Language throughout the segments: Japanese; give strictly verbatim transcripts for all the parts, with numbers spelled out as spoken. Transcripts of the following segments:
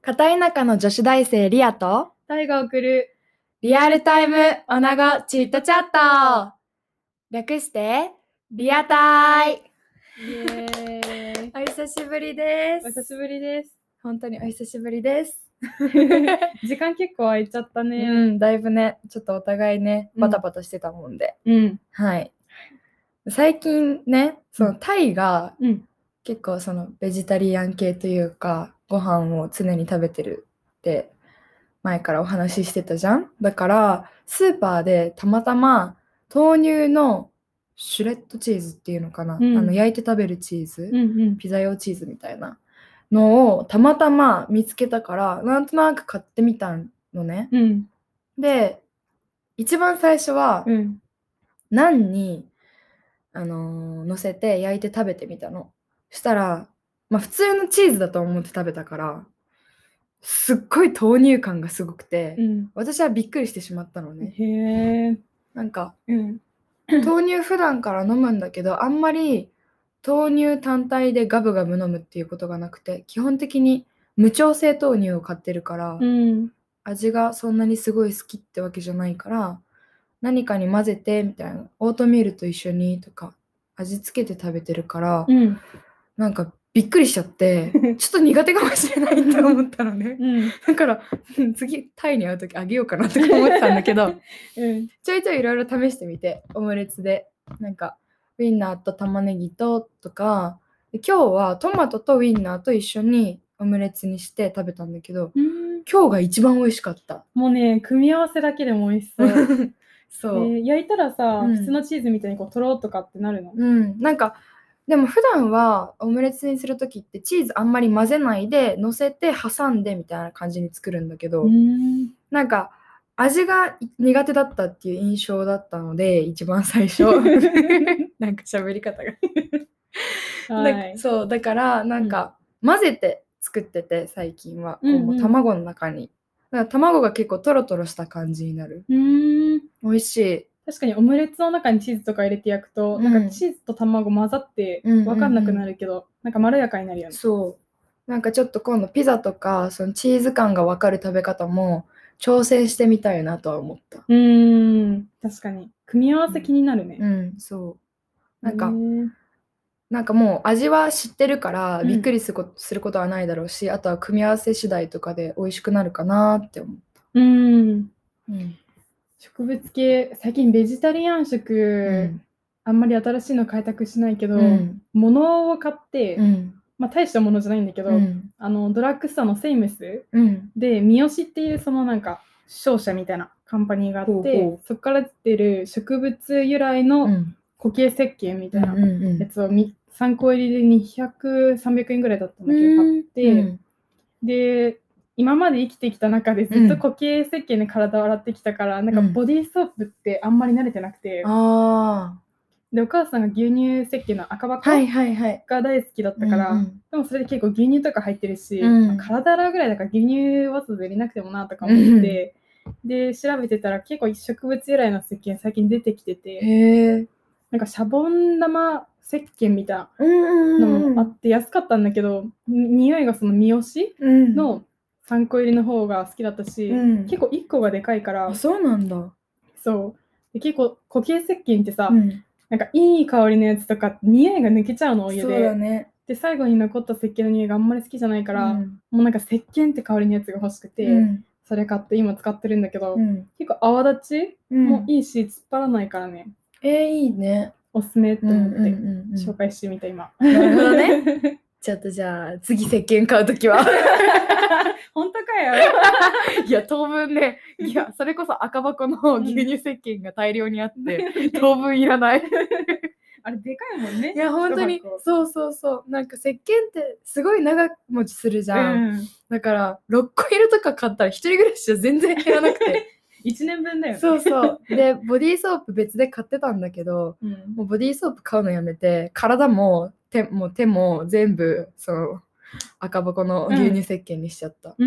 片田舎の女子大生リアとタイが送るリアルタイムおなごチットチャット、略してリアタイ。 イエーイお久しぶりです。 お久しぶりです本当にお久しぶりです時間結構空いちゃったね。 うん、だいぶね、ちょっとお互いねうんバタバタしてたもんで、 うんはい最近ね、そのタイがうん結構そのベジタリアン系というかご飯を常に食べてるって前からお話ししてたじゃん。だからスーパーでたまたま豆乳のシュレッドチーズっていうのかな、 うんあの焼いて食べるチーズ、 うんうんピザ用チーズみたいなのをたまたま見つけたからなんとなく買ってみたのね。 うんで一番最初はうんナンに、あのー乗せて焼いて食べてみたの。したら、まあ、普通のチーズだと思って食べたからすっごい豆乳感がすごくて、 うん私はびっくりしてしまったのね。 へえなんかうん豆乳普段から飲むんだけどあんまり豆乳単体でガブガブ飲むっていうことがなくて、基本的に無調整豆乳を買ってるから、 うん味がそんなにすごい好きってわけじゃないから何かに混ぜてみたいな、オートミールと一緒にとか味付けて食べてるから、 うんなんかびっくりしちゃってちょっと苦手かもしれないって思ったのねうんだから次タイに会う時あげようかなとか思ってたんだけどうんちょいちょいいろいろ試してみて、オムレツでなんかウインナーと玉ねぎととか、で今日はトマトとウインナーと一緒にオムレツにして食べたんだけど、 うん今日が一番美味しかった。 もうね、組み合わせだけでも美味しそうそう、 えー焼いたらさ、 うん普通のチーズみたいにこうとろーとかってなるの？ うんなんかでも普段はオムレツにする時ってチーズあんまり混ぜないで乗せて挟んでみたいな感じに作るんだけど、 うんなんか味が苦手だったっていう印象だったので一番最初なんか喋り方がはいだそうだからなんか混ぜて作ってて最近は、 うんうんこうもう卵の中にだから卵が結構トロトロした感じになる。 うーん美味しい。 確かにオムレツの中にチーズとか入れて焼くと、 うんなんかチーズと卵混ざってうんうんうん分かんなくなるけど、なんかまろやかになるよね。 そうなんかちょっと今度ピザとかそのチーズ感が分かる食べ方も挑戦してみたいなとは思った。 うーん確かに組み合わせ気になるね。 うんそうなんか、 へーなんかもう味は知ってるからうんびっくりすること、することはないだろうし、あとは組み合わせ次第とかで美味しくなるかなって思った。 うーんうん植物系最近ベジタリアン食、 うんあんまり新しいの開拓しないけど、 うん物を買って、 うんまあ大したものじゃないんだけど、 うんあのドラッグストアのセイムスうんで三好っていうそのなんか商社みたいなカンパニーがあって、 ほうほうそこから出てる植物由来のうん固形石鹸みたいなうんうんやつをみさんこ入りでにひゃく、さんびゃくえんぐらいだったんだけど買って、 うんで今まで生きてきた中でずっと固形石鹸で体を洗ってきたから、なんかボディーソープってあんまり慣れてなくて、 あでお母さんが牛乳石鹸の赤箱あはいはいはいが大好きだったから、 うんうんでもそれで結構牛乳とか入ってるし、 うんまあ体洗うぐらいだから牛乳わざわざ入れなくてもなとか思って、で調べてたら結構植物由来の石鹸最近出てきてて、 へえなんかシャボン玉石鹸みたいうんなうんのもあって安かったんだけど、に匂いがその三好うんのさんこ入りの方が好きだったし、 うん結構いっこがでかいからあ、そうなんだ。 そうで結構固形石鹸ってさ、 うんなんかいい香りのやつとか匂いが抜けちゃうのお湯そうで、 だね。 で最後に残った石鹸の匂いがあんまり好きじゃないから、 うんもうなんか石鹸って香りのやつが欲しくて、 うんそれ買って今使ってるんだけど、 うん結構泡立ちうんもいいし、突っ張らないからね、 えー、いいね。 おすすめって思ってうんうんうんうん紹介してみた今。 なるほどね。ちょっとじゃあ次石鹸買うときは本当かよ。 いや当分ね、いやそれこそ赤箱の牛乳石鹸が大量にあって、当分いらない。 あれでかいもんね。 いや本当に一箱そうそうそう、なんか石鹸ってすごい長持ちするじゃん、 うん、 だからろっこ入りとか買ったら一人暮らしじゃ全然減らなくていちねんぶんだよね。 そうそうでボディーソープ別で買ってたんだけど、 うん、 もうボディーソープ買うのやめて、体も手も手も全部その赤箱の牛乳石鹸にしちゃった。 うん、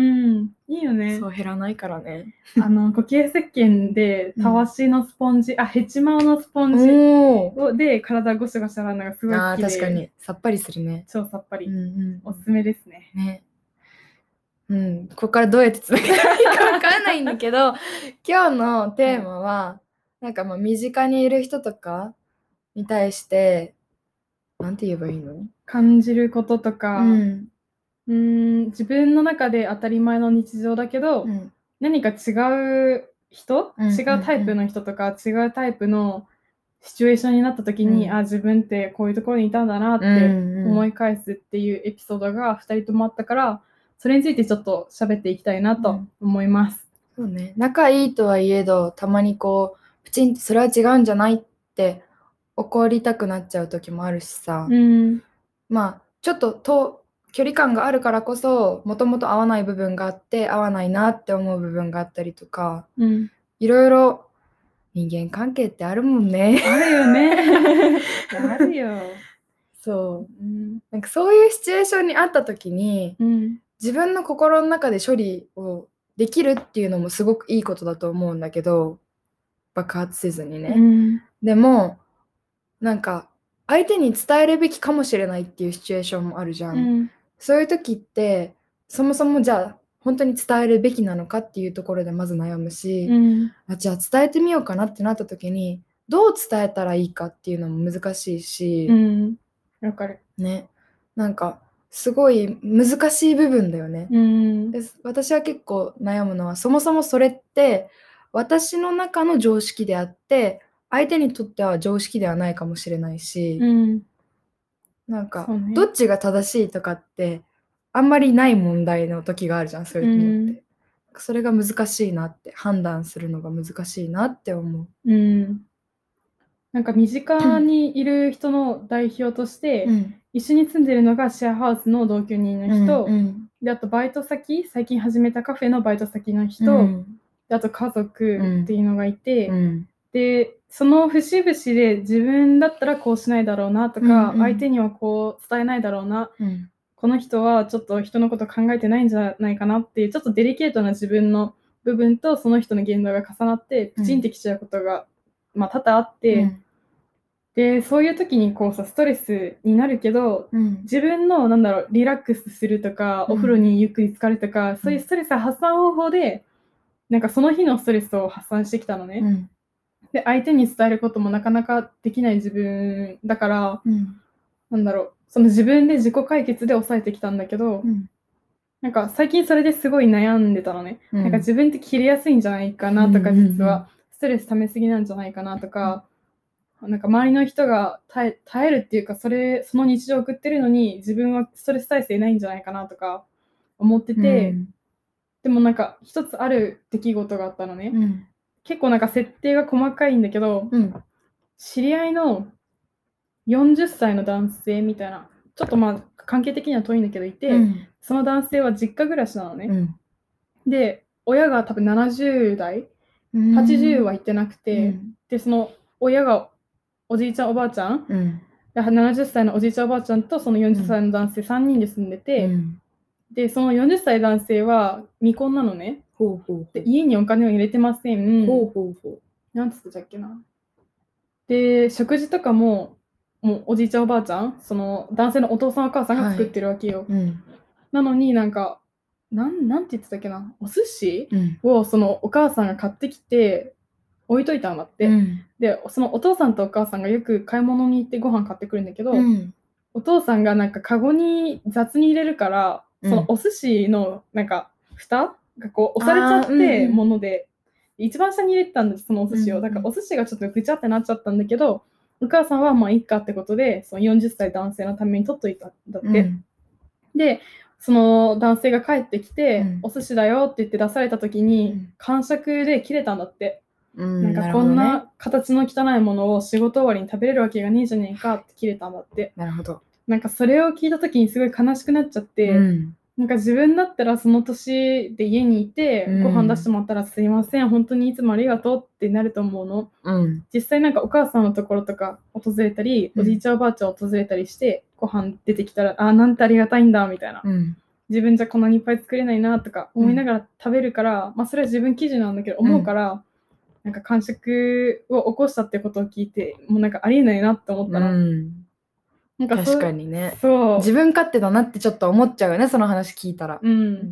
いいよね。 そう減らないからね。 あの固形石鹸でたわしのスポンジ、うん、あヘチマオのスポンジをで体ゴシゴシ洗うのがすごい好きで。 あ確かにさっぱりするね。 超さっぱり、 うんうん、 おすすめですね。 ね。 うん、ここからどうやってつなげたらいいかわからないんだけど今日のテーマはなんかまあ身近にいる人とかに対してなんて言えばいいの？ 感じることとか、 うんうーん自分の中で当たり前の日常だけど、 うん、 何か違う人、 うん違うタイプの人とか、違うタイプのシチュエーションになった時に、 うんあ自分ってこういうところにいたんだなって思い返すっていうエピソードがふたりともあったからそれについてちょっと喋っていきたいなと思います。 そうね、仲いいとはいえどたまにこうプチンとそれは違うんじゃないって怒りたくなっちゃう時もあるしさ、 うんまあちょっとと距離感があるからこそもともと合わない部分があって合わないなって思う部分があったりとか、 うんいろいろ人間関係ってあるもんね。 あるよねあるよ、 そううんなんかそういうシチュエーションにあった時にうん自分の心の中で処理をできるっていうのもすごくいいことだと思うんだけど爆発せずにね、 うんでもなんか相手に伝えるべきかもしれないっていうシチュエーションもあるじゃん、 うんそういう時ってそもそもじゃあ本当に伝えるべきなのかっていうところでまず悩むし、 うんあじゃあ伝えてみようかなってなった時にどう伝えたらいいかっていうのも難しいし、 うんわかるね、なんかすごい難しい部分だよね、 うんで私は結構悩むのはそもそもそれって私の中の常識であって相手にとっては常識ではないかもしれないし、 うんなんか、 そうねどっちが正しいとかってあんまりない問題の時があるじゃんそういうのって、それが難しいなって判断するのが難しいなって思う。 うんなんか身近にいる人の代表として、 うん一緒に住んでるのがシェアハウスの同居人の人、 うんうんであとバイト先最近始めたカフェのバイト先の人、 うんであと家族っていうのがいて、 うんでその節々で自分だったらこうしないだろうなとか、 うんうん相手にはこう伝えないだろうな、 うんこの人はちょっと人のこと考えてないんじゃないかなっていうちょっとデリケートな自分の部分とその人の言動が重なってプチンってきちゃうことが、まあ、多々あって、 うんでそういう時にこうさストレスになるけどうん自分のなんだろうリラックスするとか、 うんお風呂にゆっくり浸かるとか、そういうストレス発散方法でなんかその日のストレスを発散してきたのね、 うんで相手に伝えることもなかなかできない自分だから、 うんなんだろうその自分で自己解決で抑えてきたんだけど、 うんなんか最近それですごい悩んでたのね、 うんなんか自分って切れやすいんじゃないかなとか、 うんうんうん実はストレス溜めすぎなんじゃないかなとか、なんか周りの人が耐え、耐えるっていうかそれその日常を送ってるのに自分はストレス耐性ないんじゃないかなとか思ってて、 うんでもなんか一つある出来事があったのね、 うん結構なんか設定が細かいんだけど、 うん知り合いのよんじゅっさいの男性みたいなちょっとまあ関係的には遠いんだけどいて、 うんその男性は実家暮らしなのね、 うんで親が多分ななじゅう代うんはちじゅうは行ってなくて、 うんでその親がおじいちゃんおばあちゃん、 うんでななじゅっさいのおじいちゃんおばあちゃんとそのよんじゅっさいの男性さんにんで住んでて、 うんでそのよんじゅっさい男性は未婚なのね、 ほうほうほうで家にお金を入れてません、 ほうほうほうなんつってたっけな、で食事とかももうおじいちゃんおばあちゃんその男性のお父さんお母さんが作ってるわけよ、 うんなのになんかなんなんて言ってたっけな、お寿司うんをそのお母さんが買ってきて置いといたんだって、 うんでそのお父さんとお母さんがよく買い物に行ってご飯買ってくるんだけど、 うんお父さんがなんかカゴに雑に入れるから、 うんそのお寿司のなんか蓋がこう押されちゃっあーうんてうんもので、一番下に入れてたんですそのお寿司を、 うんうんだからお寿司がちょっとぐちゃってなっちゃったんだけど、お母さんはまあいいかってことでそのよんじゅっさい男性のために取っといたんだって、 うんでその男性が帰ってきて、 うんお寿司だよって言って出された時に、 うん感触で切れたんだって、 うんなんかこんな形の汚いものを仕事終わりに食べれるわけがねえじゃねえかって切れたんだって。 なるほど。 なんかそれを聞いた時にすごい悲しくなっちゃって、 うんなんか自分だったらその年で家にいて、 うんご飯出してもらったらすいません本当にいつもありがとうってなると思うの。 うん実際なんかお母さんのところとか訪れたり、 うんおじいちゃんおばあちゃん訪れたりしてご飯出てきたら、あーなんてありがたいんだみたいな、 うん自分じゃこんなにいっぱい作れないなとか思いながら食べるから、まあそれは自分基準なんだけど思うから、なんか感触を起こしたってことを聞いてもうなんかありえないなって思ったの、 うんなんかそう確かにね。 そう自分勝手だなってちょっと思っちゃうよねその話聞いたら。 うん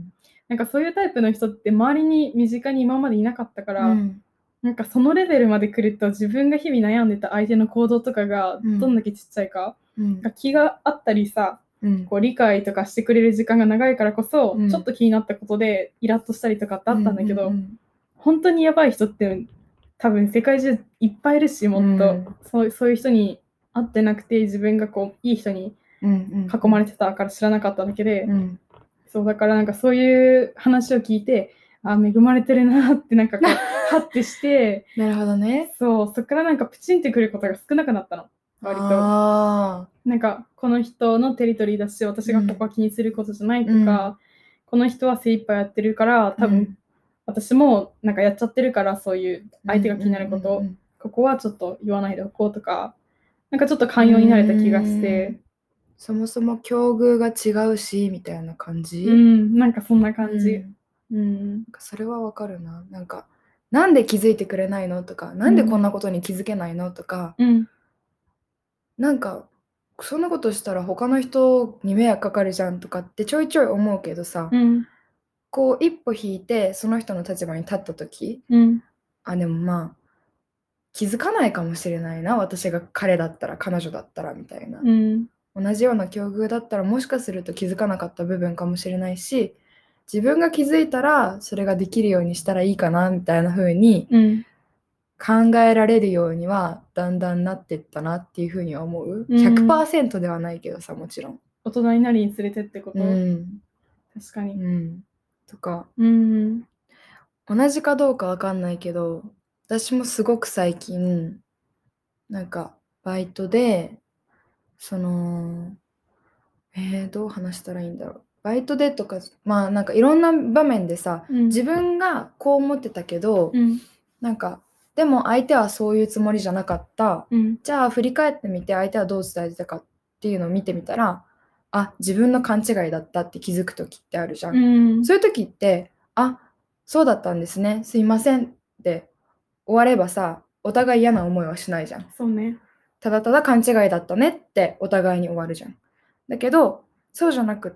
なんかそういうタイプの人って周りに身近に今までいなかったから、 うんなんかそのレベルまで来ると自分が日々悩んでた相手の行動とかがうんどんだけちっちゃいか、 うんが気があったりさ、 うんこう理解とかしてくれる時間が長いからこそ、 うんちょっと気になったことでイラッとしたりとかってあったんだけど、 うんうん本当にやばい人って多分世界中いっぱいいるし、もっと、 うんそうそういう人に会ってなくて自分がこういい人にうんうん囲まれてたから知らなかっただけで、 うんそうだからなんかそういう話を聞いて、あ、恵まれてるなってなんかこうハッてしてなるほどね。 そうそっからなんかプチンってくることが少なくなったの、割と。 あなんかこの人のテリトリーだし私がここは気にすることじゃないとか、 うんこの人は精一杯やってるから多分、 うん私もなんかやっちゃってるからそういうあ、 相手が気になることを、 うんうんここはちょっと言わないでおこうとか、なんかちょっと寛容になれた気がしうて、 んそもそも境遇が違うしみたいな感じ。 うん、なんかそんな感じ。 うんうん。 なんかそれはわかるな。なんか、なんで気づいてくれないのとか、なんでこんなことに気づけないのとか、 うん。 なんか、そんなことしたら他の人に迷惑かかるじゃんとかってちょいちょい思うけどさ、 うん。 こう一歩引いてその人の立場に立った時、 うん。 あ、でもまあ、気づかないかもしれないな、私が彼だったら、彼女だったらみたいな。 うん。 同じような境遇だったらもしかすると気づかなかった部分かもしれないし、自分が気づいたらそれができるようにしたらいいかなみたいな風にうん。 考えられるようにはだんだんなってったなっていう風には思う。 うんひゃくパーセントではないけどさ、もちろん。 大人になりにつれてってこと、 うん。 確かに。 うん。とか、 うん。 同じかどうかわかんないけど、私もすごく最近、なんかバイトで、その、えー、どう話したらいいんだろう。バイトでとか、まあなんかいろんな場面でさ、 うん自分がこう思ってたけど、 うん。 なんか、でも相手はそういうつもりじゃなかった。 うん。 じゃあ振り返ってみて相手はどう伝えてたかっていうのを見てみたら、あ、自分の勘違いだったって気づく時ってあるじゃん。 うん。 そういう時って、あ、そうだったんですね、すいませんって終わればさ、お互い嫌な思いはしないじゃん。 そうね。 ただただ勘違いだったねってお互いに終わるじゃん。だけど、そうじゃなくって、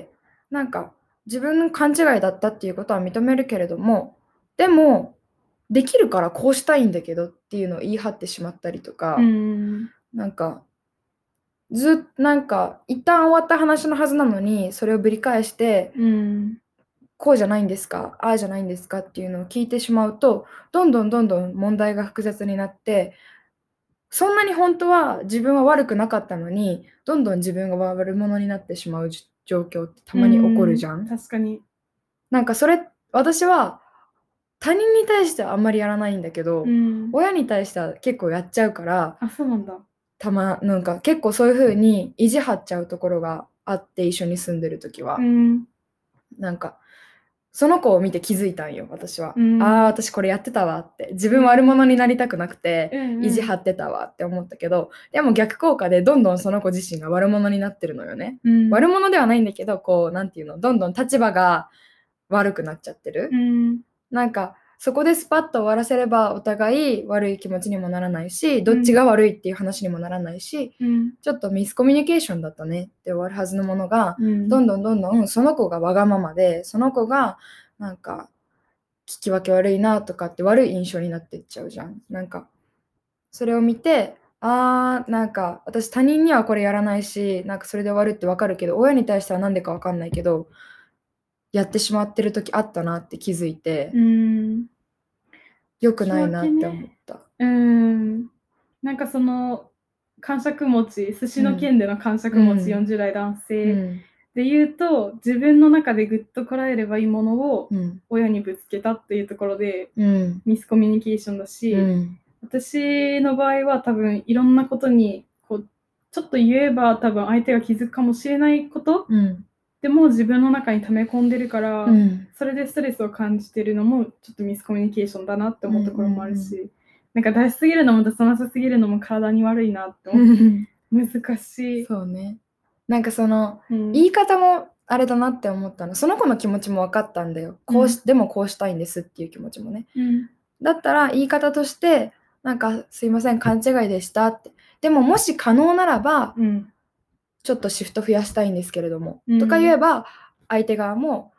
なんか自分の勘違いだったっていうことは認めるけれども、でも、できるからこうしたいんだけどっていうのを言い張ってしまったりとか、 うん。 なんか、ずっなんか、一旦終わった話のはずなのに、それをぶり返して、 うん。 こうじゃないんですか、ああじゃないんですかっていうのを聞いてしまうと、どんどんどんどん問題が複雑になって、そんなに本当は自分は悪くなかったのに、どんどん自分が悪者になってしまうじ状況ってたまに起こるじゃん。 確かに。 なんかそれ、私は他人に対してはあんまりやらないんだけど、 うん。 親に対しては結構やっちゃうから、 あ、そうなんだ。 たま、なんか結構そういう風に意地張っちゃうところがあって、一緒に住んでる時は。 うん。 なんか、その子を見て気づいたんよ、私は。 うんああ、私これやってたわって。自分悪者になりたくなくて、 うん意地張ってたわって思ったけど、でも逆効果でどんどんその子自身が悪者になってるのよね。 うん。 悪者ではないんだけど、こう、なんていうの、どんどん立場が悪くなっちゃってる。 うん。 なんか、そこでスパッと終わらせればお互い悪い気持ちにもならないし、どっちが悪いっていう話にもならないし、 うん。 ちょっとミスコミュニケーションだったねって終わるはずのものが、 うん。 どんどんどんどんその子がわがままで、その子がなんか聞き分け悪いなとかって悪い印象になってっちゃうじゃん。なんかそれを見て、あーなんか私他人にはこれやらないし、なんかそれで終わるってわかるけど、親に対してはなんでかわかんないけど、やってしまってる時あったなって気づいて、 うん。 良くないなって思った。 うん。なんかその感触持ち、寿司の件での感触持ち、 うんよんじゅう代男う性んで言うと、自分の中でぐっとこらえればいいものをうん親にぶつけたっていうところでうんミスコミュニケーションだし、 うん私の場合は多分いろんなことにこうちょっと言えば多分相手が気づくかもしれないことうんでも自分の中に溜め込んでるから、 うんそれでストレスを感じてるのもちょっとミスコミュニケーションだなって思うところもあるし、 うんなんか出しすぎるのも出さなさすぎるのも体に悪いなって思って難しい。 そうね。なんかそのうん言い方もあれだなって思ったの。その子の気持ちも分かったんだよ。こうし、でもこうしたいんですっていう気持ちもね。 うんだったら言い方としてなんかすいません勘違いでしたって。でももし可能ならばうんちょっとシフト増やしたいんですけれども、 うんとか言えば相手側も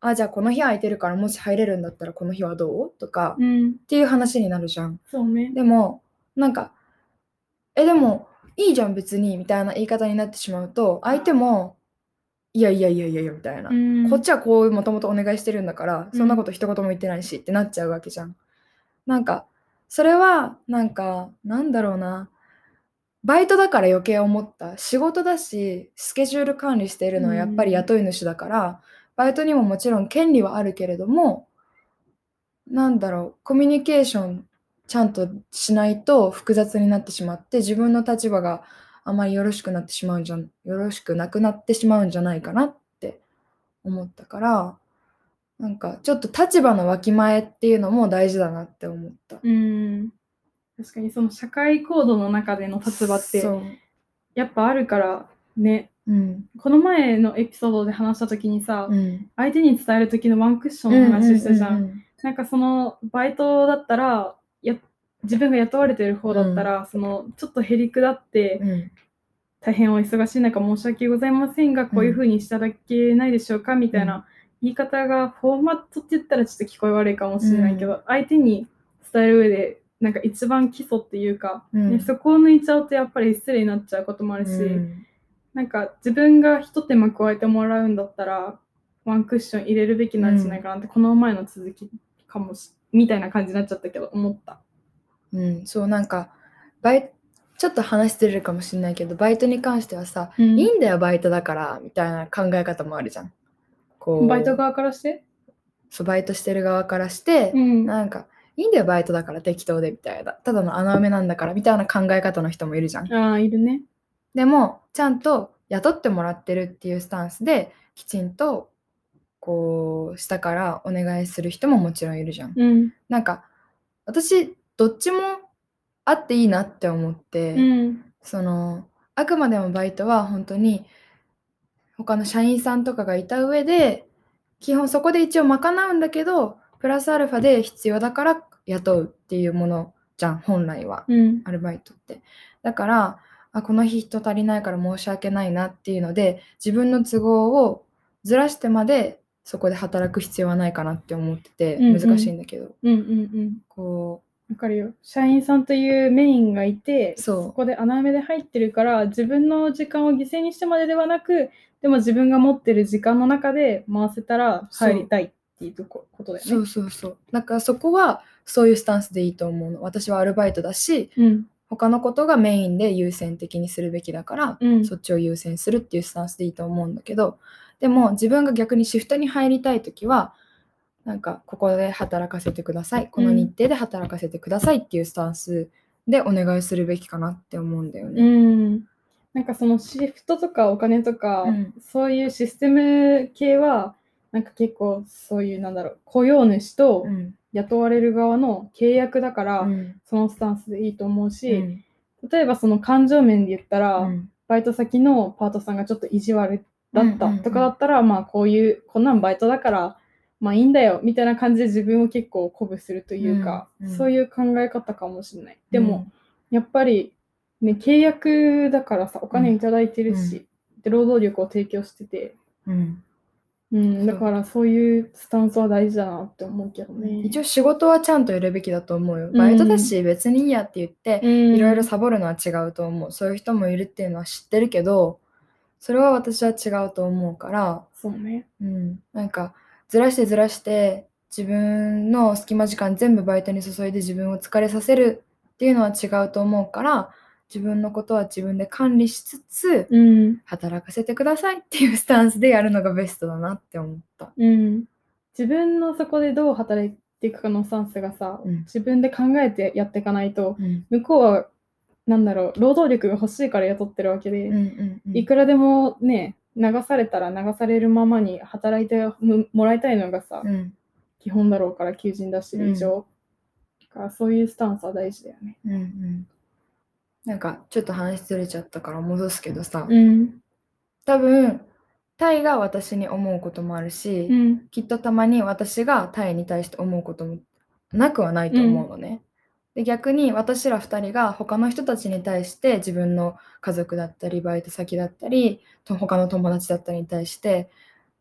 あ、じゃあこの日空いてるからもし入れるんだったらこの日はどうとか、っうん。 ていう話になるじゃん。 そうね。 でも、なんか、え、でも、いいじゃん別に、みたいな言い方になってしまうと、相手も、いやいやいやいやいや、みたいな。 うん。 こっちはこうもともとお願いしてるんだから、 うんそんなこと一言も言ってないしってなっちゃうわけじゃん。なんか、それは、なんか、なんだろうな。バイトだから余計思った。仕事だし、スケジュール管理しているのはやっぱり雇い主だから、バイトにももちろん権利はあるけれども、なんだろう、コミュニケーションちゃんとしないと複雑になってしまって、自分の立場があまりよろしくなってしまうんじゃん、よろしくなくなってしまうんじゃないかなって思ったから、なんかちょっと立場のわきまえっていうのも大事だなって思った。 うん。確かにその社会行動の中での立場ってそう。 やっぱあるからね。 うん。 この前のエピソードで話した時にさ、 うん。 相手に伝える時のワンクッションの話したじゃん。 うんうんうんうんなんかそのバイトだったらや自分が雇われてる方だったら、そのちょっとへりくだってうん大変お忙しい中申し訳ございませんが、こういう風にしていただけないでしょうかみたいな言い方がフォーマットって言ったらちょっと聞こえ悪いかもしれないけど、 う相手に伝える上でなんか一番基礎っていうか、 うんね、そこを抜いちゃうとやっぱり失礼になっちゃうこともあるし、 うんなんか自分が一手間加えてもらうんだったらワンクッション入れるべきなんじゃないかなって、この前の続きかもしみたいな感じになっちゃったけど思った。 うん、そうなんかバイちょっと話ずれるかもしれないけど、バイトに関してはさ、 うんいいんだよバイトだからみたいな考え方もあるじゃん。こうバイト側からしてそうバイトしてる側からして、 うんなんかいいんだよバイトだから適当でみたいな、ただの穴埋めなんだからみたいな考え方の人もいるじゃん。 ああいるね。 でもちゃんと雇ってもらってるっていうスタンスできちんとこう下からお願いする人ももちろんいるじゃん。 うんなんか私どっちもあっていいなって思って、 うんそのあくまでもバイトは本当に他の社員さんとかがいた上で基本そこで一応賄うんだけどプラスアルファで必要だから雇うっていうものじゃん本来は、 うんアルバイトって。だからあこの日人足りないから申し訳ないなっていうので自分の都合をずらしてまでそこで働く必要はないかなって思ってて、 うんうん難しいんだけど、 うんうんうんこわかるよ。社員さんというメインがいて、 そうそこで穴埋めで入ってるから、自分の時間を犠牲にしてまでではなく、でも自分が持ってる時間の中で回せたら入りたいっていうとこことだよね。 そうそうそうだからそこはそういうスタンスでいいと思うの。私はアルバイトだしうん他のことがメインで優先的にするべきだから、 うんそっちを優先するっていうスタンスでいいと思うんだけど、でも自分が逆にシフトに入りたいときはなんかここで働かせてください、この日程で働かせてくださいっていうスタンスでお願いするべきかなって思うんだようね。 ん。なんかそのシフトとかお金とか、 うんそういうシステム系は、なんか結構そういうなんだろう、雇用主とうん雇われる側の契約だから、 うんそのスタンスでいいと思うし、 うん例えばその感情面で言ったら、 うんバイト先のパートさんがちょっと意地悪だったうんうんうんとかだったら、まあこういうこんなんバイトだからまあいいんだよみたいな感じで自分を結構鼓舞するというか、 うんうんそういう考え方かもしれない。でも、やっぱりね契約だからさお金いただいてるし、で労働力を提供してて、 うんうん、だからそういうスタンスは大事だなって思うけどね。 一応仕事はちゃんとやるべきだと思うよ。 んバイトだし別にいいやって言って、 うんいろいろサボるのは違うと思う。そういう人もいるっていうのは知ってるけど、それは私は違うと思うから、 そうね。 うん、なんかずらしてずらして自分の隙間時間全部バイトに注いで自分を疲れさせるっていうのは違うと思うから、自分のことは自分で管理しつつ、 うん働かせてくださいっていうスタンスでやるのがベストだなって思った。 うん、自分のそこでどう働いていくかのスタンスがさ、 うん自分で考えてやっていかないと、 うん向こうはなんだろう労働力が欲しいから雇ってるわけで、 うんうんうんいくらでもね流されたら流されるままに働いてもらいたいのがさ、 うん基本だろうから求人出してる以上、だからそういうスタンスは大事だよね。 うんうんなんかちょっと話ずれちゃったから戻すけどさ、 うん多分タイが私に思うこともあるし、 うんきっとたまに私がタイに対して思うこともなくはないと思うのね。で逆に私らふたりが他の人たちに対して自分の家族だったりバイト先だったりと他の友達だったりに対して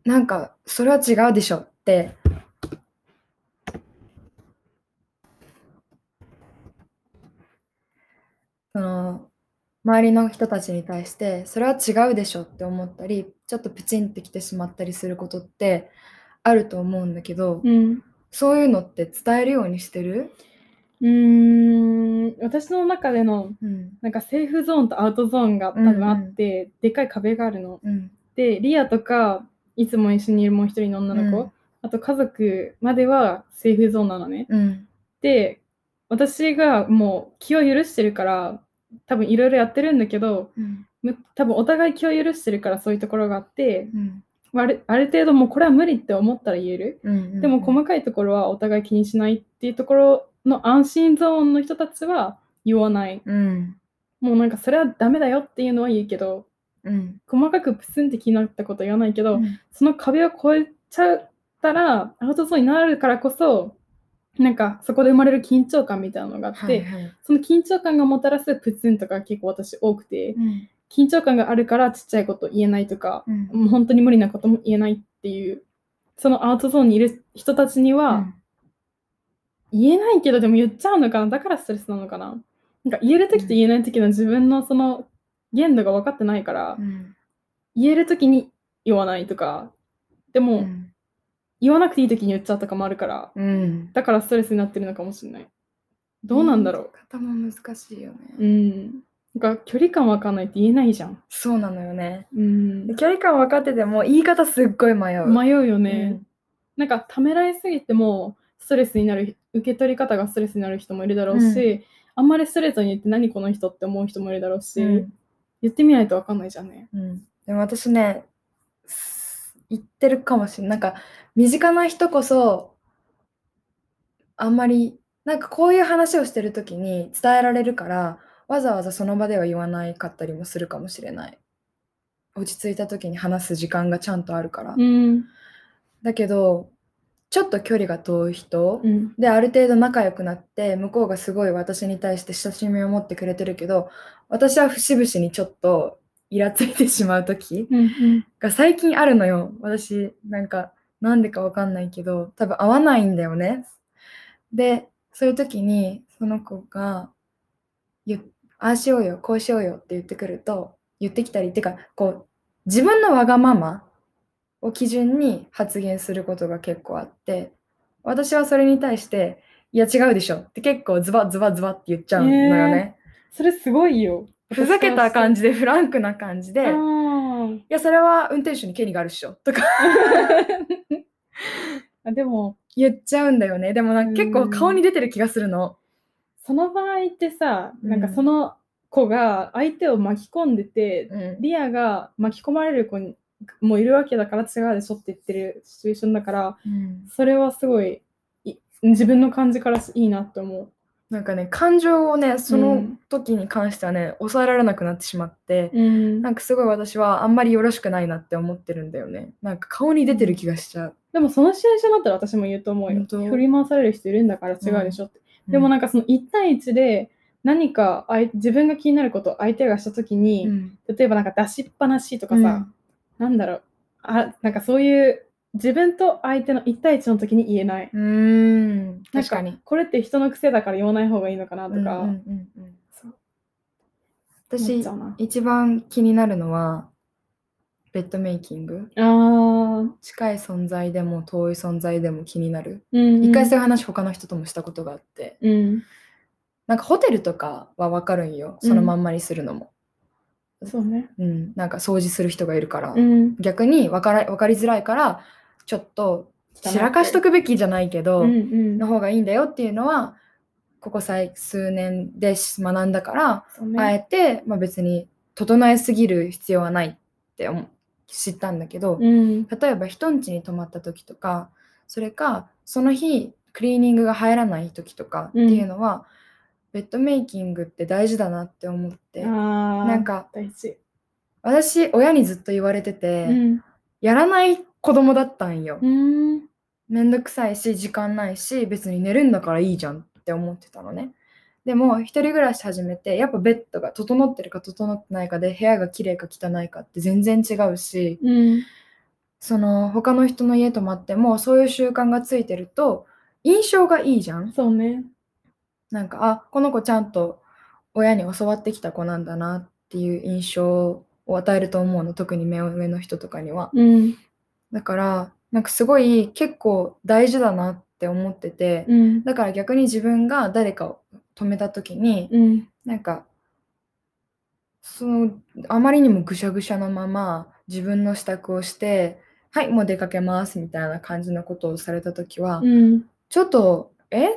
なんかそれは違うでしょってその周りの人たちに対してそれは違うでしょって思ったりちょっとプチンってきてしまったりすることってあると思うんだけど、 うん。 そういうのって伝えるようにしてる？ うーん、私の中でのうんなんかセーフゾーンとアウトゾーンが多分あって、でっかい壁があるの。 うんで、リアとか、いつも一緒にいるもう一人の女の子、 うんあと家族まではセーフゾーンなのね。 うんで、私がもう気を許してるから、多分いろいろやってるんだけど、 うんむ多分お互い気を許してるからそういうところがあって、 うんあるある程度もうこれは無理って思ったら言える。 うんでも細かいところはお互い気にしないっていうところの安心ゾーンの人たちは言わない。 うんもうなんかそれはダメだよっていうのは言うけど、 うん細かくプスンって気になったことは言わないけど、 うんその壁を越えちゃったらアウトゾーンになるからこそ、なんかそこで生まれる緊張感みたいなのがあって、 はいはいその緊張感がもたらすプツンとか結構私多くて、 うん緊張感があるからちっちゃいこと言えないとか、 うんもう本当に無理なことも言えないっていう、そのアウトゾーンにいる人たちには、 うん言えないけどでも言っちゃうのかな、だからストレスなのかな。なんか言える時と言えない時の自分のその限度が分かってないから、 うん言える時に言わないとか、でも、 うん言わなくていい時に言っちゃうとかもあるから、 うんだからストレスになってるのかもしれない。どうなんだろう。 言い方も難しいよね。 うん。なんか距離感わかんないって言えないじゃん。 そうなのよね。 うんで。距離感分かってても言い方すっごい迷う。 迷うようね。 んなんかためらいすぎてもストレスになる、受け取り方がストレスになる人もいるだろうし、 うあんまりストレートに言って何この人って思う人もいるだろうし、 うん言ってみないとわかんないじゃんね。 うんでも私ねす言ってるかもしれない。なんか身近な人こそあんまりなんかこういう話をしてる時に伝えられるからわざわざその場では言わないかったりもするかもしれない。落ち着いた時に話す時間がちゃんとあるから。 うん。 だけどちょっと距離が遠い人、 うん。 である程度仲良くなって向こうがすごい私に対して親しみを持ってくれてるけど私は節々にちょっとイラついてしまう時うん。うん。 が最近あるのよ。私なんかなんでかわかんないけど多分合わないんだよね。でそういう時にその子が言っああしようよこうしようよって言ってくると言ってきたりってかこう自分のわがままを基準に発言することが結構あって私はそれに対していや違うでしょって結構ズバズバズバって言っちゃうのよね。 それすごいよ。 ふざけた感じ。 じでフランクな感じであいーやそれは運転手に権利があるっしょとかあでも、 言っちゃうんだよね。でもなんか結構うん顔に出てる気がするの。 その場合ってさ、 うんなんかその子が相手を巻き込んでて、 うんリアが巻き込まれる子にもいるわけだから違うでしょって言ってるシチュエーションだから、 うんそれはすごいい自分の感じからいいなって思う。 なんかね感情をねその時に関してはね、抑えられなくなってしまって、 うん、 なんかすごい私はあんまりよろしくないなって思ってるんだよね。なんか顔に出てる気がしちゃう。 でもそのシチュエーションだったら私も言うと思うよ。 本当振り回される人いるんだから違うでしょって。 うんでもなんかそのいち対いちで何か相自分が気になることを相手がした時に、 うん例えばなんか出しっぱなしとかさ、 うんなんだろうあなんかそういう自分と相手のいち対いちの時に言えない。 うーんなん確かに。 これって人の癖だから言わない方がいいのかなとか。 うんうんうんうんそう思私っちゃうな一番気になるのはベッドメイキング。 あー近い存在でも遠い存在でも気になる。 うん一回そういう話他の人ともしたことがあって、 うんなんかホテルとかは分かるんよ、 うんそのまんまにするのも。 そうね。 うん、なんか掃除する人がいるから、 うん逆に分から分かりづらいからちょっと散らかしとくべきじゃないけど、 うんうんの方がいいんだよっていうのはここ最数年で学んだから、 そうねあえて、まあ、別に整えすぎる必要はないって思知ったんだけど、 うん例えば人ん家に泊まった時とかそれかその日クリーニングが入らない時とかっていうのは、ベッドメイキングって大事だなって思ってあーなんか大事。 私親にずっと言われてて、 うんやらない子供だったんよ。 うんめんどくさいし時間ないし別に寝るんだからいいじゃんって思ってたのね。でも一人暮らし始めてやっぱベッドが整ってるか整ってないかで部屋が綺麗か汚いかって全然違うし、 うんその他の人の家泊まってもそういう習慣がついてると印象がいいじゃん。 そうね。 なんかあこの子ちゃんと親に教わってきた子なんだなっていう印象を与えると思うの、特に目上の人とかには。 うん。 だからなんかすごい結構大事だなって思ってて、 うん。 だから逆に自分が誰かを止めた時に、 うん。 なんかそのあまりにもぐしゃぐしゃのまま自分の支度をしてはいもう出かけますみたいな感じのことをされた時は、 うん。 ちょっとえ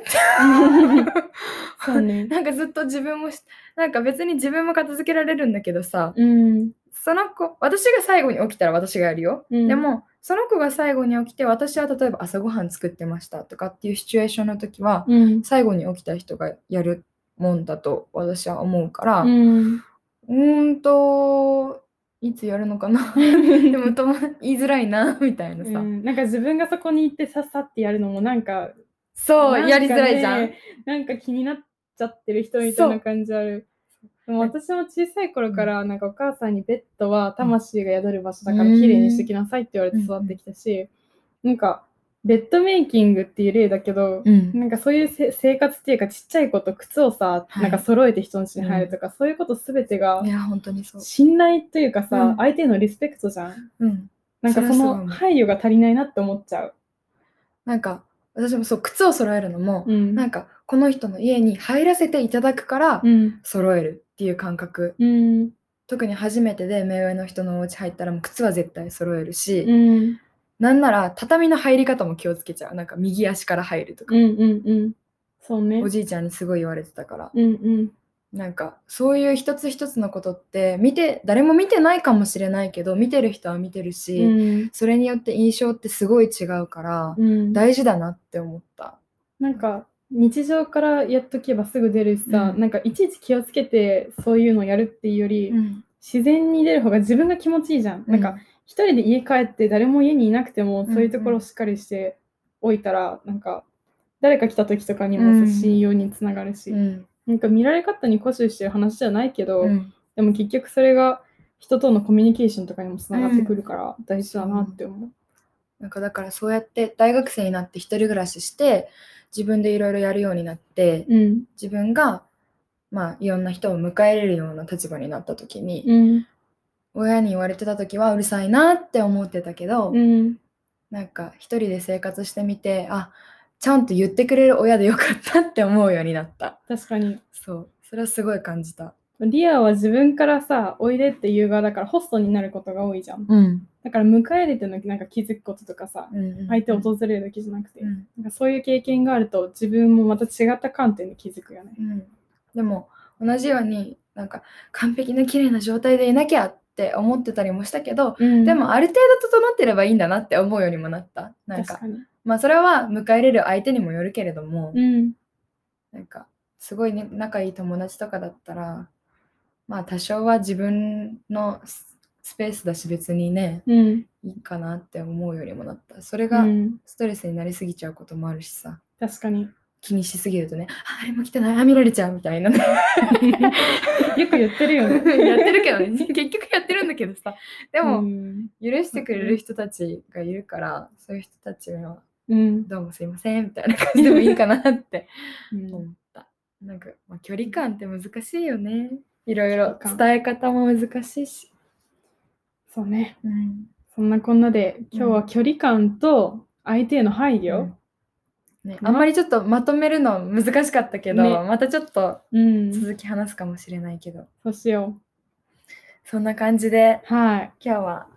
そうね。 なんかずっと自分もしなんか別に自分も片付けられるんだけどさ、 うん。 その子私が最後に起きたら私がやるよ、 うんでもその子が最後に起きて私は例えば朝ごはん作ってましたとかっていうシチュエーションの時は、 うん。 最後に起きた人がやるもんだと私は思うから、 うん。 うーんといつやるのかなでもとも言いづらいなみたいなさ、 うん、なんか自分がそこに行ってさっさってやるのもなんかそう、 なんかねやりづらいじゃん。 なんか気になっちゃってる人みたいな感じある。でも私も小さい頃からなんかお母さんにベッドは魂が宿る場所だから綺麗にしてきなさいって言われて育ってきたし、なんかベッドメイキングっていう例だけど、 うんなんかそういうせ生活っていうかちっちゃい子と靴をさ、 はいなんか揃えて人の家に入るとか、そういうことすべてがいや本当にそう、 信頼というかさ、 うん相手へのリスペクトじゃん。 うん、 なんかそそれはすごい思うの配慮が足りないなって思っちゃう。 なんか私もそう靴を揃えるのも、 うんなんかこの人の家に入らせていただくからうん揃えるっていう感覚、 うん特に初めてで目上の人のお家入ったらもう靴は絶対揃えるし、 うんなんなら畳の入り方も気をつけちゃう。なんか右足から入るとか、 うんうんうんそうね。 おじいちゃんにすごい言われてたから、 うんうんなんかそういう一つ一つのことって見て誰も見てないかもしれないけど見てる人は見てるし、 うんそれによって印象ってすごい違うから、 うん大事だなって思った。 なんか日常からやっとけばすぐ出るしさ、 うんなんかいちいち気をつけてそういうのをやるっていうより、 うん自然に出る方が自分が気持ちいいじゃん。なんか一人で家帰って誰も家にいなくても、そういうところをしっかりしておいたら、なんか誰か来た時とかにもさ、 うん信用につながるし、 うんなんか見られ方に固執してる話じゃないけど、 うんでも結局それが人とのコミュニケーションとかにもつながってくるから大事だなって思う。 なんかだからそうやって大学生になって一人暮らしして自分でいろいろやるようになって、 うん自分がまあいろんな人を迎え入れるような立場になった時に、 うん親に言われてた時はうるさいなって思ってたけど、 うんなんか一人で生活してみてあちゃんと言ってくれる親でよかったって思うようになった。 確かにそうそれはすごい感じた。 リアは自分からさおいでって言う側だからホストになることが多いじゃん。 うんだから迎え入れてのなんか気づくこととかさ、 うんうん相手を訪れるだけじゃなくて、 うんなんかそういう経験があると自分もまた違った観点で気づくよね。 うん、でも同じようになんか完璧な綺麗な状態でいなきゃって思ってたりもしたけど、 うん、 でもある程度整ってればいいんだなって思うようにもなった。なんか確かに。 まあそれは迎え入れる相手にもよるけれども、 うんなんかすごい、ね、仲いい友達とかだったらまあ多少は自分のススペースだし別にね、 うんいいかなって思うようにもなった。それがうんストレスになりすぎちゃうこともあるしさ、 確かに。 気にしすぎるとね、ああれも来てない、あ見られちゃうみたいなねよく言ってるよね。 やってるけどね、結局やってるんだけどさ、でも、 うん許してくれる人たちがいるから、そういう人たちはうんどうもすいませんみたいな感じでもいいかなってうん思った。なんか、まあ、距離感って難しいよね。いろいろ距離感伝え方も難しいし。 そうね。 うんそんなこんなで今日は距離感と相手への配慮、 うんね、あんまりちょっとまとめるの難しかったけど、 ねまたちょっとうん、 続き話すかもしれないけど、 そうしよそんな感じでう。はい。 今日は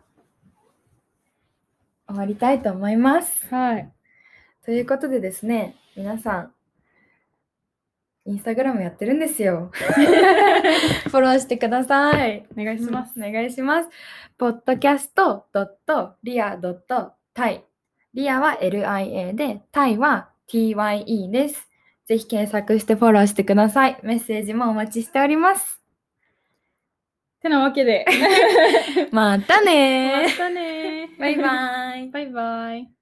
終わりたいと思います。 はい。 ということでですね、皆さん、インスタグラムやってるんですよ。フォローしてください。 お願いします。 お願いします。ポッドキャスト .ria.tai。リアは エルアイエー で、タイは ティーワイイー です。ぜひ検索してフォローしてください。メッセージもお待ちしております。 てなわけで。 またねー。 またねー。 バイバイ。 バイバイ。